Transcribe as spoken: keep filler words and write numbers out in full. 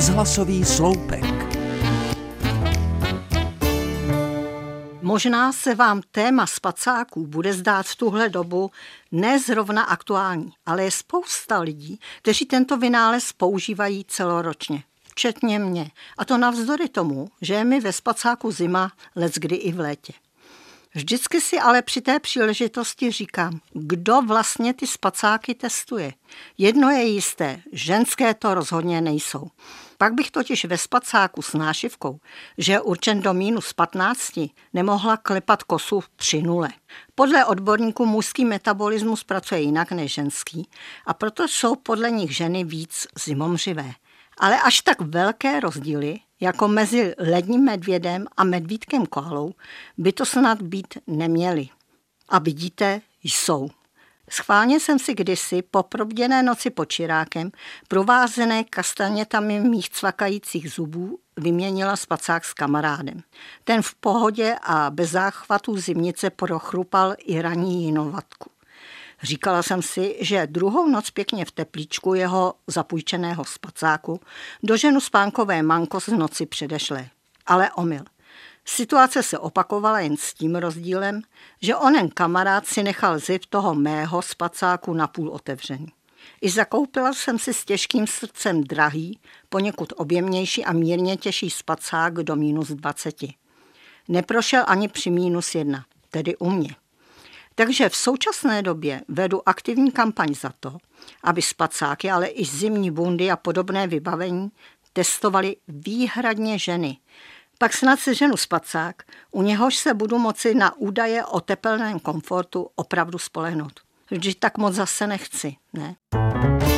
Rozhlasový sloupek. Možná se vám téma spacáků bude zdát v tuhle dobu ne zrovna aktuální, ale je spousta lidí, kteří tento vynález používají celoročně. Včetně mě. A to navzdory tomu, že je mi ve spacáku zima, leckdy i v létě. Vždycky si ale při té příležitosti říkám, kdo vlastně ty spacáky testuje. Jedno je jisté, ženské to rozhodně nejsou. Pak bych totiž ve spacáku s nášivkou, že je určen do mínus patnácti, nemohla klepat kosu při nule. Podle odborníků mužský metabolismus pracuje jinak než ženský a proto jsou podle nich ženy víc zimomřivé. Ale až tak velké rozdíly, jako mezi ledním medvědem a medvídkem koalou, by to snad být neměly. A vidíte, jsou. Schválně jsem si kdysi po probděné noci pod čirákem, provázené kastanětami mých cvakajících zubů, vyměnila spacák s kamarádem. Ten v pohodě a bez záchvatů zimnice prochrupal i ranní jinovatku. Říkala jsem si, že druhou noc pěkně v teplíčku jeho zapůjčeného spacáku doženu spánkové manko z noci předešlé. Ale omyl. Situace se opakovala jen s tím rozdílem, že onen kamarád si nechal zip toho mého spacáku napůl otevřený. I zakoupila jsem si s těžkým srdcem drahý, poněkud objemnější a mírně těžší spacák do mínus dvaceti. Neprošel ani při mínus jedna, tedy u mě. Takže v současné době vedu aktivní kampaň za to, aby spacáky, ale i zimní bundy a podobné vybavení testovaly výhradně ženy. Pak snad seženu spacák, u něhož se budu moci na údaje o tepelném komfortu opravdu spolehnout. Vždyť tak moc zase nechci, ne?